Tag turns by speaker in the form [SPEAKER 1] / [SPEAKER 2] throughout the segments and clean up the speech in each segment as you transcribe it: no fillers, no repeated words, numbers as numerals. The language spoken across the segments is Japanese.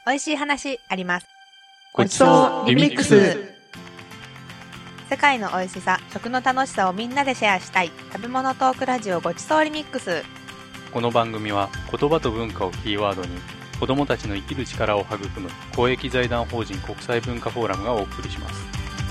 [SPEAKER 1] 美味しい話あります。
[SPEAKER 2] ごちそうリミックス。
[SPEAKER 1] 世界の美味しさ、食の楽しさをみんなでシェアしたい食べ物トークラジオごちそうリミックス。
[SPEAKER 2] この番組は言葉と文化をキーワードに子どもたちの生きる力を育む公益財団法人国際文化フォーラムがお送りします。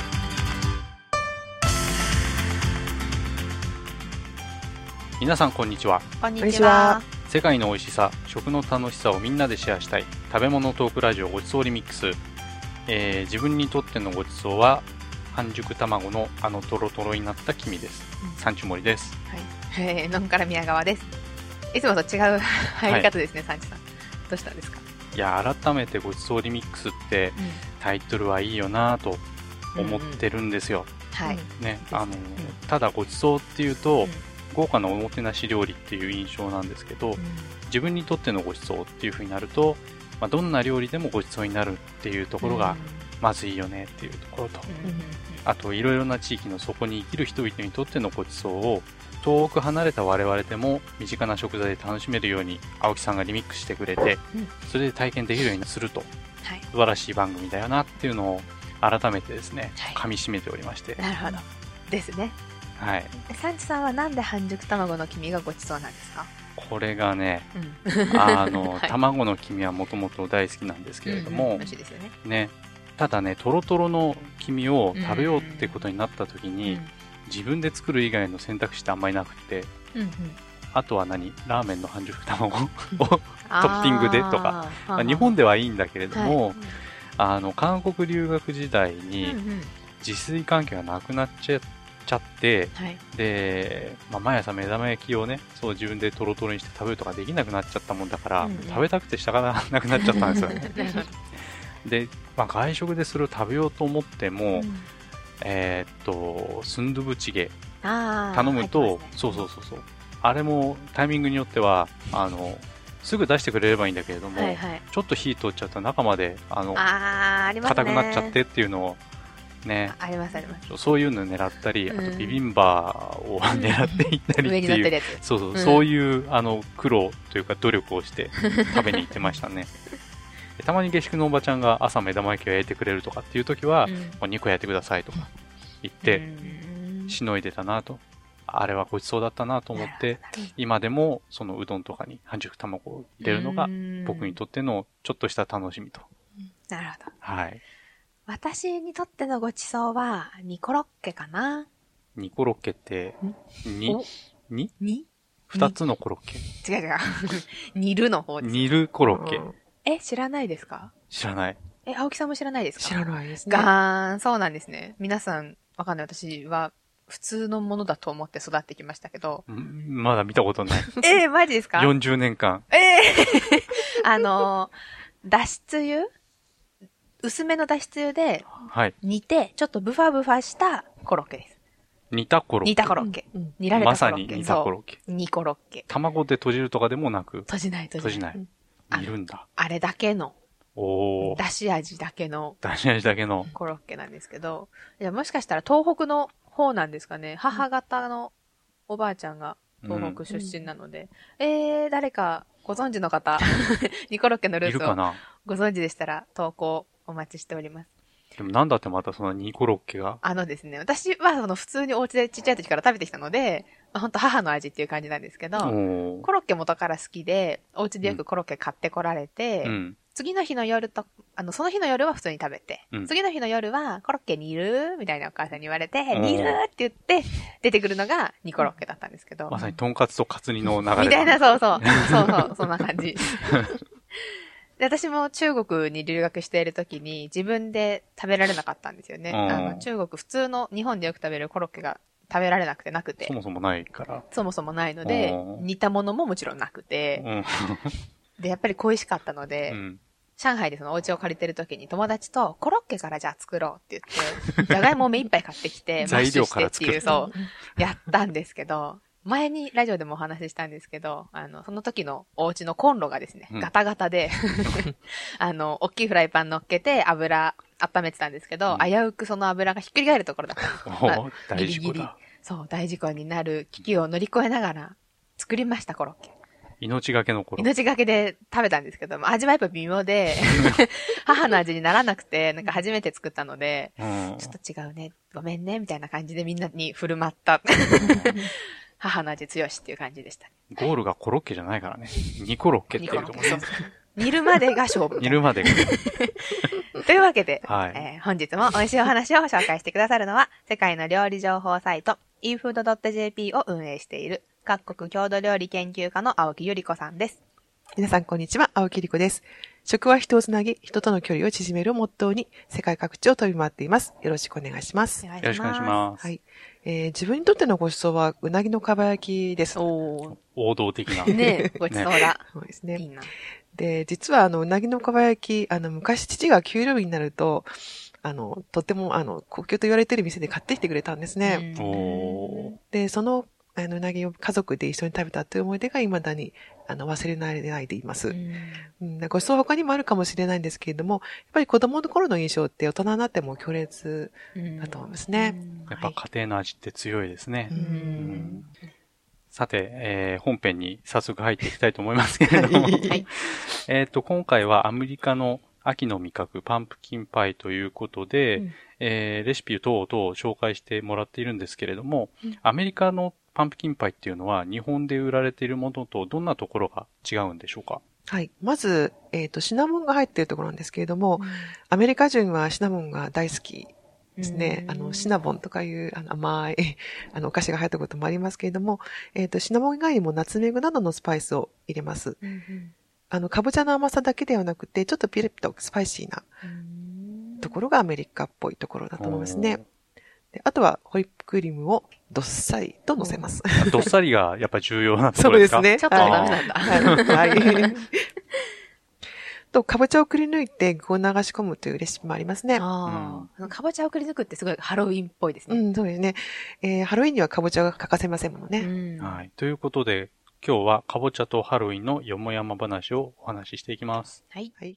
[SPEAKER 2] 皆さんこんにちは。
[SPEAKER 1] こんにちは。
[SPEAKER 2] 世界の美味しさ、食の楽しさをみんなでシェアしたい食べ物トークラジオごちそうリミックス。自分にとってのごちそうは半熟卵のトロトロになった黄身です。サンチュモリです。
[SPEAKER 1] はい、のんから宮川です。いつもと違う入り方ですね、サンチさん。どうしたんですか？
[SPEAKER 2] いや、改めてごちそうリミックスって、タイトルはいいよなと思ってるんですよ。
[SPEAKER 1] はい
[SPEAKER 2] ね、ただごちそうっていうと、豪華なおもてなし料理っていう印象なんですけど、自分にとってのごちそうっていう風になると、どんな料理でもごちそうになるっていうところがまずいいよねっていうところと、あといろいろな地域のそこに生きる人々にとってのごちそうを遠く離れた我々でも身近な食材で楽しめるように青木さんがリミックスしてくれて、それで体験できるようにすると、素晴らしい番組だよなっていうのを改めてですね、噛み締めておりまして。
[SPEAKER 1] なるほどですね。はい。サンチさんはなんで半熟卵の黄身がごちそうなんですか？
[SPEAKER 2] これがね、卵の黄身はもともと大好きなんですけれども、
[SPEAKER 1] 美味しいですよね。
[SPEAKER 2] ね、ただね、トロトロの黄身を食べようってことになった時に、自分で作る以外の選択肢ってあんまりなくて、あとはラーメンの半熟卵をトッピングでとか、日本ではいいんだけれども、韓国留学時代に自炊関係がなくなっちゃって、で、毎朝目玉焼きをね、そう自分でトロトロにして食べるとかできなくなっちゃったもんだから、食べたくて仕方がなくなっちゃったんですよね。で、外食でそれを食べようと思っても、スンドゥブチゲ頼むと、そう、あれもタイミングによってはすぐ出してくれればいいんだけれども、ちょっと火通っちゃった中まで硬くなっちゃってっていうのをね、
[SPEAKER 1] ありますあります。
[SPEAKER 2] そういうのを狙ったり、あとビビンバを狙っていったりっていう、そういう苦労というか努力をして食べに行ってましたね。たまに下宿のおばちゃんが朝目玉焼きを焼いてくれるとかっていう時は、2個焼いてくださいとか言ってしのいでたなと、あれはごちそうだったなと思って、今でもそのうどんとかに半熟卵を入れるのが僕にとってのちょっとした楽しみと。
[SPEAKER 1] なるほど。
[SPEAKER 2] はい。
[SPEAKER 1] 私にとってのごちそうは煮コロッケかな。
[SPEAKER 2] 煮コロッケって2つのコロッケ？
[SPEAKER 1] 違う煮るの方です。
[SPEAKER 2] 煮るコロッケ。
[SPEAKER 1] 知らないですか？
[SPEAKER 2] 知らない。
[SPEAKER 1] 青木さんも知らないですか？
[SPEAKER 3] 知らないですね。
[SPEAKER 1] ガーン、そうなんですね。皆さんわかんない。私は普通のものだと思って育ってきましたけど。
[SPEAKER 2] まだ見たことない。
[SPEAKER 1] マジですか？
[SPEAKER 2] 40 年間。
[SPEAKER 1] だしつゆ？薄めのだしつゆで煮て、ちょっとブファブファしたコロッケです。
[SPEAKER 2] 煮たコロッケ。
[SPEAKER 1] 煮たコロッケ。煮られたコロッケ。
[SPEAKER 2] まさに煮たコロッケ。
[SPEAKER 1] 煮コロッケ。
[SPEAKER 2] 卵で閉じるとかでもなく。
[SPEAKER 1] 閉じない。
[SPEAKER 2] 煮るんだ。
[SPEAKER 1] あれだけの。だし味だけの。コロッケなんですけど。いや、もしかしたら東北の方なんですかね。母方のおばあちゃんが東北出身なので。誰かご存知の方、煮コロッケのルーツをご存知でしたら投稿お待ちしております。
[SPEAKER 2] でもなんだってまたその煮コロッケが。
[SPEAKER 1] ですね、私は普通にお家でちっちゃい時から食べてきたので、本当母の味っていう感じなんですけど、コロッケ元から好きで、お家でよくコロッケ買ってこられて、次の日の夜と、その日の夜は普通に食べて、次の日の夜はコロッケ煮るみたいなお母さんに言われて、煮るって言って出てくるのが煮コロッケだったんですけど。
[SPEAKER 2] まさにとんかつとカツ煮の流れ。
[SPEAKER 1] みたいな、そう、そんな感じ。で、私も中国に留学している時に自分で食べられなかったんですよね。中国普通の日本でよく食べるコロッケが食べられなくて。
[SPEAKER 2] そもそもないから。
[SPEAKER 1] そもそもないので、煮たものももちろんなくて。で、やっぱり恋しかったので、上海でそのお家を借りてる時に友達とコロッケからじゃあ作ろうって言って、じゃがいもを目いっぱい買ってきて、
[SPEAKER 2] 材料から作る。
[SPEAKER 1] やったんですけど、前にラジオでもお話ししたんですけど、その時のお家のコンロがですね、ガタガタで、大きいフライパン乗っけて油温めてたんですけど、危うくその油がひっくり返るところだったんです。
[SPEAKER 2] 大事故だ。
[SPEAKER 1] そう、大事故になる危機を乗り越えながら作りました、コロッケ。
[SPEAKER 2] 命がけの頃。
[SPEAKER 1] 命がけで食べたんですけども、味はやっぱ微妙で、母の味にならなくて、なんか初めて作ったので、ちょっと違うね、ごめんね、みたいな感じでみんなに振る舞った。母の味強しっていう感じでした。
[SPEAKER 2] ゴールがコロッケじゃないからね。2コロッケって言うと思う。
[SPEAKER 1] 煮るまでが勝負。
[SPEAKER 2] 煮るまでが。
[SPEAKER 1] というわけで、
[SPEAKER 2] はい、
[SPEAKER 1] 本日も美味しいお話を紹介してくださるのは、世界の料理情報サイト、efood.jp を運営している、各国郷土料理研究家の青木ゆり子さんです。
[SPEAKER 3] 皆さんこんにちは、青木ゆり子です。食は人をつなぎ、人との距離を縮めるモットーに、世界各地を飛び回っています。よろしくお願いします。
[SPEAKER 2] よろしくお願いします。
[SPEAKER 3] はい。自分にとってのご馳走は、うなぎのかば焼きです。
[SPEAKER 2] 王道的な。
[SPEAKER 1] ねご馳走だ。
[SPEAKER 3] そうですね。
[SPEAKER 1] いいな。
[SPEAKER 3] で、実はうなぎのかば焼き、昔父が給料日になると、とっても、高級と言われている店で買ってきてくれたんですね。で、その、うなぎを家族で一緒に食べたという思い出が未だに、忘れないでいます。ご馳走は他にもあるかもしれないんですけれども、やっぱり子供の頃の印象って大人になっても強烈だと思いますね。
[SPEAKER 2] やっぱ家庭の味って強いですね。さて、本編に早速入っていきたいと思いますけれども、はい、今回はアメリカの秋の味覚パンプキンパイということで、レシピ等々紹介してもらっているんですけれども、アメリカのパンプキンパイっていうのは日本で売られているものとどんなところが違うんでしょうか？
[SPEAKER 3] はい。まず、シナモンが入っているところなんですけれども、アメリカ人はシナモンが大好きですね。シナボンとかいう甘いお菓子が入ったこともありますけれども、シナモン以外にもナツメグなどのスパイスを入れます。かぼちゃの甘さだけではなくて、ちょっとピリッとスパイシーなところがアメリカっぽいところだと思いますね。であとはホイップクリームをどっさりと乗せます。
[SPEAKER 2] どっさりがやっぱり重要なところですか？
[SPEAKER 3] そうですね。
[SPEAKER 1] ちょっとダメなんだ。
[SPEAKER 3] はい。と、かぼちゃをくり抜いて具を流し込むというレシピもありますね。
[SPEAKER 1] かぼちゃをくり抜くってすごいハロウィンっぽいですね。
[SPEAKER 3] そうですね。ハロウィンにはかぼちゃが欠かせませんものね。
[SPEAKER 2] はい。ということで、今日はかぼちゃとハロウィンのよもやま話をお話ししていきます。
[SPEAKER 1] はい。はい。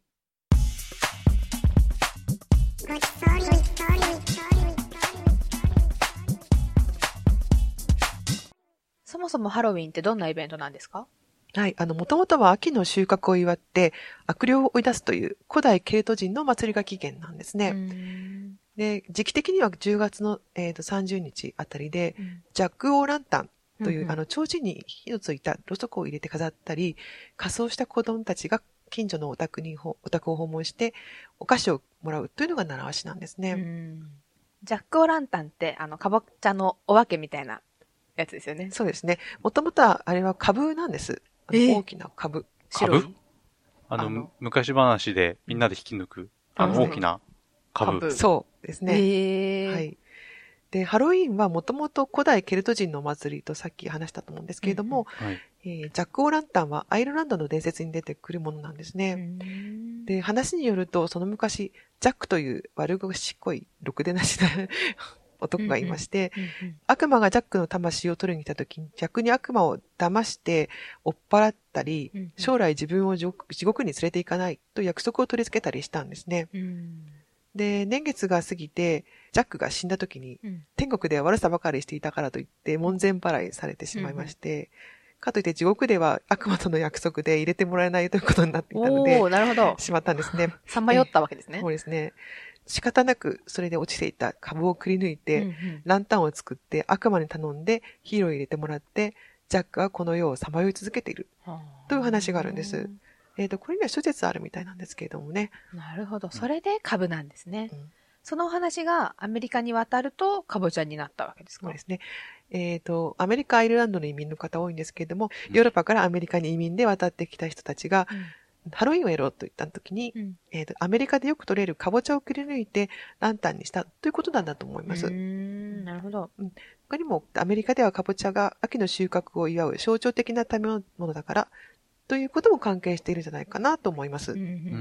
[SPEAKER 1] そもそもハロウィンってどんなイベントなんですか？
[SPEAKER 3] はい。もともとは秋の収穫を祝って悪霊を追い出すという古代ケルト人の祭りが起源なんですね。で、時期的には10月の、30日あたりで、ジャック・オー・ランタンという、提灯に火のついたろうそくを入れて飾ったり、仮装した子供たちが近所のお宅を訪問してお菓子をもらうというのが習わしなんですね。
[SPEAKER 1] ジャック・オー・ランタンってかぼちゃのお化けみたいなやつですよね。
[SPEAKER 3] そうですね。もともとはあれは株なんです。大きな株。
[SPEAKER 2] 白い。昔話でみんなで引き抜く、大きな株。
[SPEAKER 3] そうですね。はい。で、ハロウィンはもともと古代ケルト人のお祭りとさっき話したと思うんですけれども、ジャック・オー・ランタンはアイルランドの伝説に出てくるものなんですね。で、話によると、その昔、ジャックという悪賢い、ろくでなしな男がいまして、悪魔がジャックの魂を取りに来た時に逆に悪魔を騙して追っ払ったり、将来自分を地獄に連れて行かないと約束を取り付けたりしたんですね。で、年月が過ぎてジャックが死んだ時に、天国では悪さばかりしていたからといって門前払いされてしまいまして、かといって地獄では悪魔との約束で入れてもらえないということになっていたので、
[SPEAKER 1] なるほど。
[SPEAKER 3] しまったんですね。
[SPEAKER 1] さまよったわけですね。
[SPEAKER 3] そうですね。仕方なくそれで落ちていた株をくり抜いて、ランタンを作って悪魔に頼んで火を入れてもらって、ジャックはこの世をさまよい続けているという話があるんです。これには諸説あるみたいなんですけれどもね。
[SPEAKER 1] なるほど。それで株なんですね。そのお話がアメリカに渡るとカボチャになったわけですか？
[SPEAKER 3] そうですね。アメリカ、アイルランドの移民の方多いんですけれども、ヨーロッパからアメリカに移民で渡ってきた人たちが、ハロウィンをやろうと言った時に、アメリカでよく取れるかぼちゃをくり抜いてランタンにしたということなんだと思います。
[SPEAKER 1] なるほど。
[SPEAKER 3] 他にもアメリカではかぼちゃが秋の収穫を祝う象徴的な食べ物だからということも関係しているんじゃないかなと思います。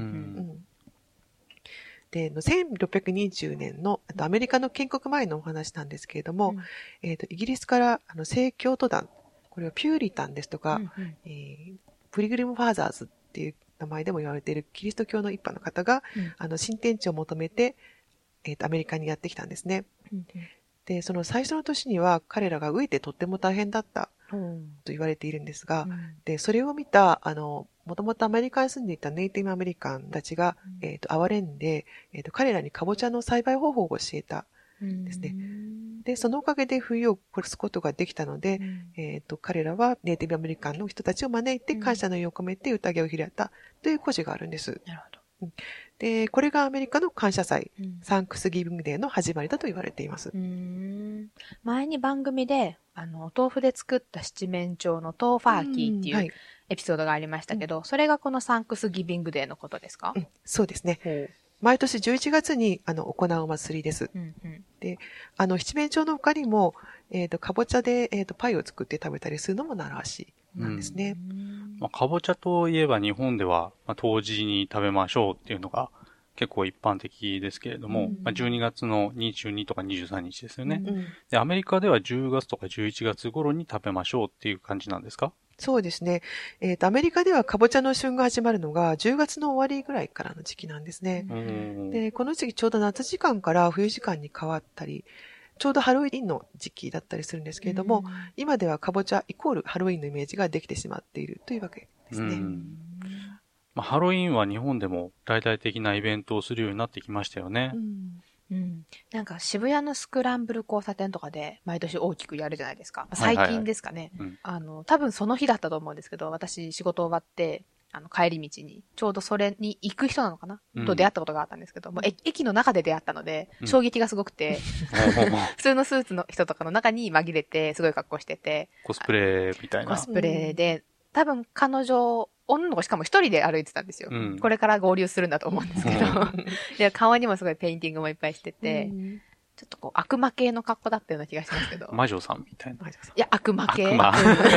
[SPEAKER 3] で、1620年のアメリカの建国前のお話なんですけれども、イギリスから聖教徒団、これはピューリタンですとか、プリグリムファーザーズっていう名前でも言われているキリスト教の一派の方が、新天地を求めて、アメリカにやってきたんですね。で、その最初の年には彼らが飢えてとっても大変だったと言われているんですが、で、それを見た、もともとアメリカに住んでいたネイティブアメリカンたちが、哀れんで、彼らにかぼちゃの栽培方法を教えたんですね。で、そのおかげで冬を越すことができたので、彼らはネイティブアメリカンの人たちを招いて感謝の意を込めて宴を開いたという故事があるんです。なるほど。で、これがアメリカの感謝祭、サンクスギビングデーの始まりだと言われています。
[SPEAKER 1] 前に番組で、豆腐で作った七面鳥のトーファーキーっていうエピソードがありましたけど、それがこのサンクスギビングデーのことですか？
[SPEAKER 3] そうですね。毎年11月に行うお祭りです。で、七面鳥の他にも、かぼちゃで、パイを作って食べたりするのも習わしなんですね。
[SPEAKER 2] かぼちゃといえば日本では、冬至に食べましょうっていうのが結構一般的ですけれども、12月の22とか23日ですよね。で、アメリカでは10月とか11月頃に食べましょうっていう感じなんですか？
[SPEAKER 3] そうですね。アメリカではかぼちゃの旬が始まるのが10月の終わりぐらいからの時期なんですね。で、この時期ちょうど夏時間から冬時間に変わったり、ちょうどハロウィンの時期だったりするんですけれども、今ではかぼちゃイコールハロウィンのイメージができてしまっているというわけですね。
[SPEAKER 2] ハロウィンは日本でも大々的なイベントをするようになってきましたよね。
[SPEAKER 1] なんか渋谷のスクランブル交差点とかで毎年大きくやるじゃないですか。最近ですかね。多分その日だったと思うんですけど、私仕事終わって、帰り道に、ちょうどそれに行く人なのかな、と出会ったことがあったんですけど、もう駅の中で出会ったので、衝撃がすごくて、普通のスーツの人とかの中に紛れて、すごい格好してて。
[SPEAKER 2] コスプレみたいな。
[SPEAKER 1] コスプレで、多分彼女、女の子しかも一人で歩いてたんですよ。これから合流するんだと思うんですけど。で、顔にもすごいペインティングもいっぱいしてて、ちょっとこう悪魔系の格好だったような気がしますけど。
[SPEAKER 2] 魔女さんみたいな。
[SPEAKER 1] いや、悪魔系。悪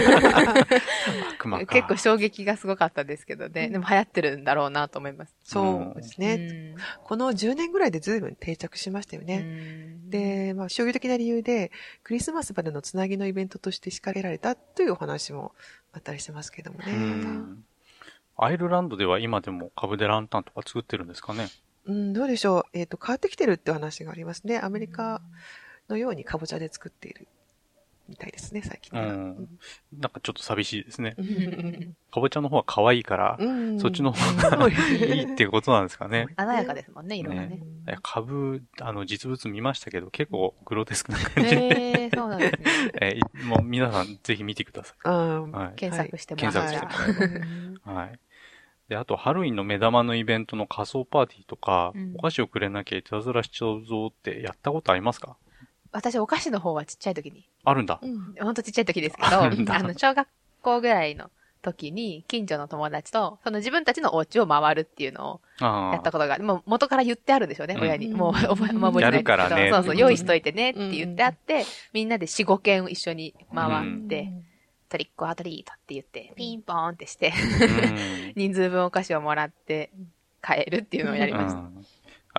[SPEAKER 1] 魔結構衝撃がすごかったですけどね。でも流行ってるんだろうなと思います。
[SPEAKER 3] そうですね。この10年ぐらいで随分定着しましたよね。で、衝撃的な理由で、クリスマスまでのつなぎのイベントとして仕掛けられたというお話もあったりしてますけどもね。
[SPEAKER 2] アイルランドでは今でも株でランタンとか作ってるんですかね？
[SPEAKER 3] どうでしょう。変わってきてるって話がありますね。アメリカのようにかぼちゃで作っているみたいですね、最近は。
[SPEAKER 2] なんかちょっと寂しいですね。かぼちゃの方は可愛いから、そっちの方がいいっていうことなんですかね。
[SPEAKER 1] 鮮やかですもんね、色がね。
[SPEAKER 2] 株、実物見ましたけど、結構グロテスクな感じで。
[SPEAKER 1] そうなんですね。
[SPEAKER 2] もう皆さんぜひ見てくださ
[SPEAKER 1] い。検索してもらったら。
[SPEAKER 2] はい。で、あと、ハロウィンの目玉のイベントの仮装パーティーとか、お菓子をくれなきゃいたずらしちゃうぞってやったことありますか？
[SPEAKER 1] 私、お菓子の方はちっちゃい時に。
[SPEAKER 2] あるんだ。
[SPEAKER 1] ほんとちっちゃい時ですけど、小学校ぐらいの時に、近所の友達と、その自分たちのお家を回るっていうのをやったことがある。もう元から言ってあるんでしょうね、親に。もう覚えてないですけど。
[SPEAKER 2] やるからね。
[SPEAKER 1] そうそう、用意しといてねって言ってあって、みんなで4、5軒一緒に回って、トリックオアトリートって言って、ピンポーンってして、人数分お菓子をもらって帰るっていうのをやりました。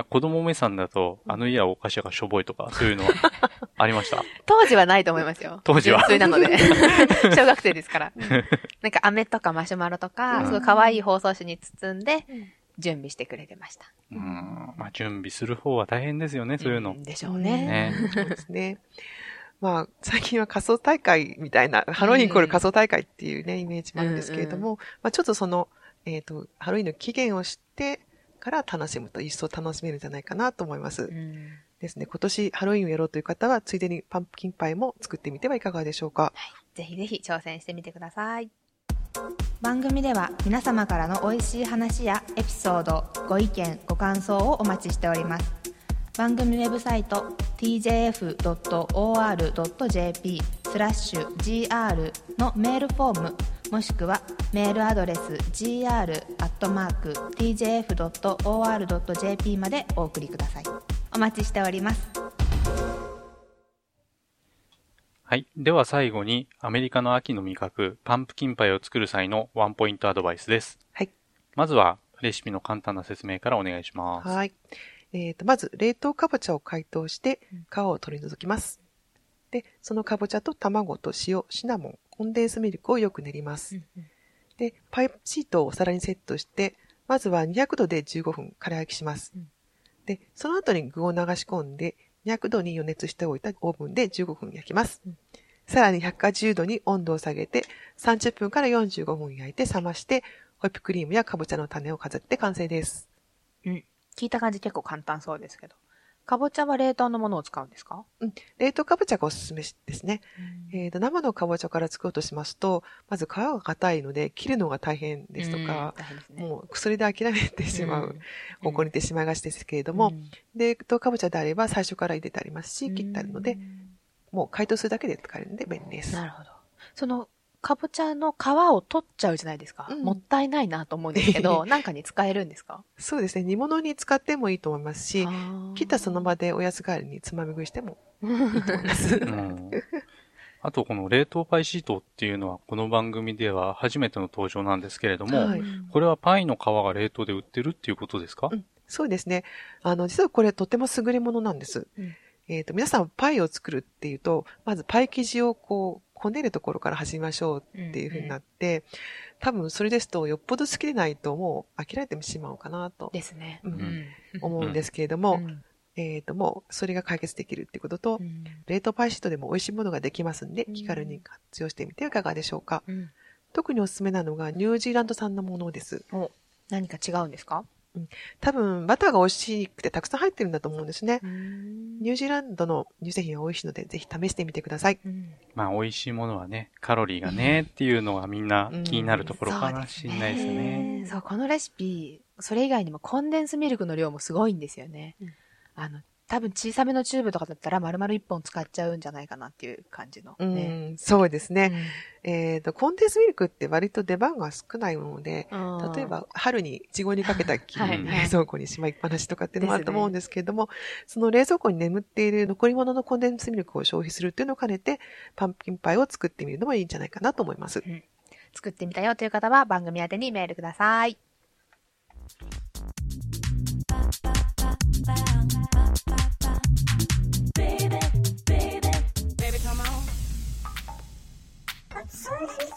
[SPEAKER 2] 子供目線だと、家はお菓子がしょぼいとか、そういうのはありました？
[SPEAKER 1] 当時はないと思いますよ。
[SPEAKER 2] 当時は。
[SPEAKER 1] 普通なので。小学生ですから。なんか飴とかマシュマロとか、すごい可愛い包装紙に包んで、準備してくれてました。
[SPEAKER 2] 準備する方は大変ですよね、そういうの。
[SPEAKER 1] でしょうね。
[SPEAKER 3] そうですね。最近は仮装大会みたいな、ハロウィンイコール仮装大会っていうね、イメージもあるんですけれども、ちょっとその、ハロウィンの起源を知ってから楽しむと一層楽しめるんじゃないかなと思います。ですね、今年ハロウィンをやろうという方は、ついでにパンプキンパイも作ってみてはいかがでしょうか。
[SPEAKER 1] ぜひぜひ挑戦してみてください。番組では皆様からの美味しい話やエピソード、ご意見、ご感想をお待ちしております。番組ウェブサイト tjf.or.jp/gr のメールフォームもしくはメールアドレス gr@tjf.or.jp までお送りください。お待ちしております。
[SPEAKER 2] はい。では最後にアメリカの秋の味覚パンプキンパイを作る際のワンポイントアドバイスです。
[SPEAKER 3] はい。
[SPEAKER 2] まずはレシピの簡単な説明からお願いします。
[SPEAKER 3] はい。まず、冷凍かぼちゃを解凍して、皮を取り除きます。で、そのかぼちゃと卵と塩、シナモン、コンデンスミルクをよく練ります。で、パイプシートをお皿にセットして、まずは200度で15分空焼きします。で、その後に具を流し込んで、200度に予熱しておいたオーブンで15分焼きます。 さらに180度に温度を下げて30分から45分焼いて冷まして、ホイップクリームやかぼちゃの種を飾って完成です。
[SPEAKER 1] 聞いた感じ結構簡単そうですけど。かぼちゃは冷凍のものを使うんですか？
[SPEAKER 3] 冷凍かぼちゃがおすすめですね。生のかぼちゃから作ろうとしますと、まず皮が硬いので切るのが大変ですとか、もう薬で諦めてしまう方向に行ってしまいがちですけれども、冷凍かぼちゃであれば最初から入れてありますし、切ってあるので、もう解凍するだけで使えるので便利です。
[SPEAKER 1] なるほど。そのかぼちゃの皮を取っちゃうじゃないですか。もったいないなと思うんですけど、なんかに使えるんですか？
[SPEAKER 3] そうですね。煮物に使ってもいいと思いますし、切ったその場でおやつ代わりにつまみ食いしてもいいと思います。
[SPEAKER 2] あと、この冷凍パイシートっていうのは、この番組では初めての登場なんですけれども、これはパイの皮が冷凍で売ってるっていうことですか？
[SPEAKER 3] そうですね。実はこれとても優れものなんです。皆さんパイを作るっていうと、まずパイ生地をこねるところから始めましょうっていう風になって、多分それですとよっぽど好きでないともう諦めてしまうかなと。
[SPEAKER 1] ですね。
[SPEAKER 3] 思うんですけれども、もうそれが解決できるっていうことと、冷凍パイシートでも美味しいものができますんで、気軽に活用してみてはいかがでしょうか。特におすすめなのがニュージーランド産のものです。
[SPEAKER 1] 何か違うんですか？
[SPEAKER 3] 多分バターが美味しくてたくさん入ってるんだと思うんですね。ニュージーランドの乳製品は美味しいのでぜひ試してみてください。
[SPEAKER 2] まあ美味しいものはね、カロリーがねっていうのがみんな気になるところかもしれないですね。
[SPEAKER 1] そう、このレシピ、それ以外にもコンデンスミルクの量もすごいんですよね。多分小さめのチューブとかだったら丸々1本使っちゃうんじゃないかなっていう感じの、ね。
[SPEAKER 3] そうですね。コンデンスミルクって割と出番が少ないもので、例えば春にイチゴにかけたきり冷蔵庫にしまいっぱなしとかっていうのもあると思うんですけれども、その冷蔵庫に眠っている残り物のコンデンスミルクを消費するっていうのを兼ねて、パンプキンパイを作ってみるのもいいんじゃないかなと思います。
[SPEAKER 1] 作ってみたよという方は番組宛てにメールください。Baby, come on.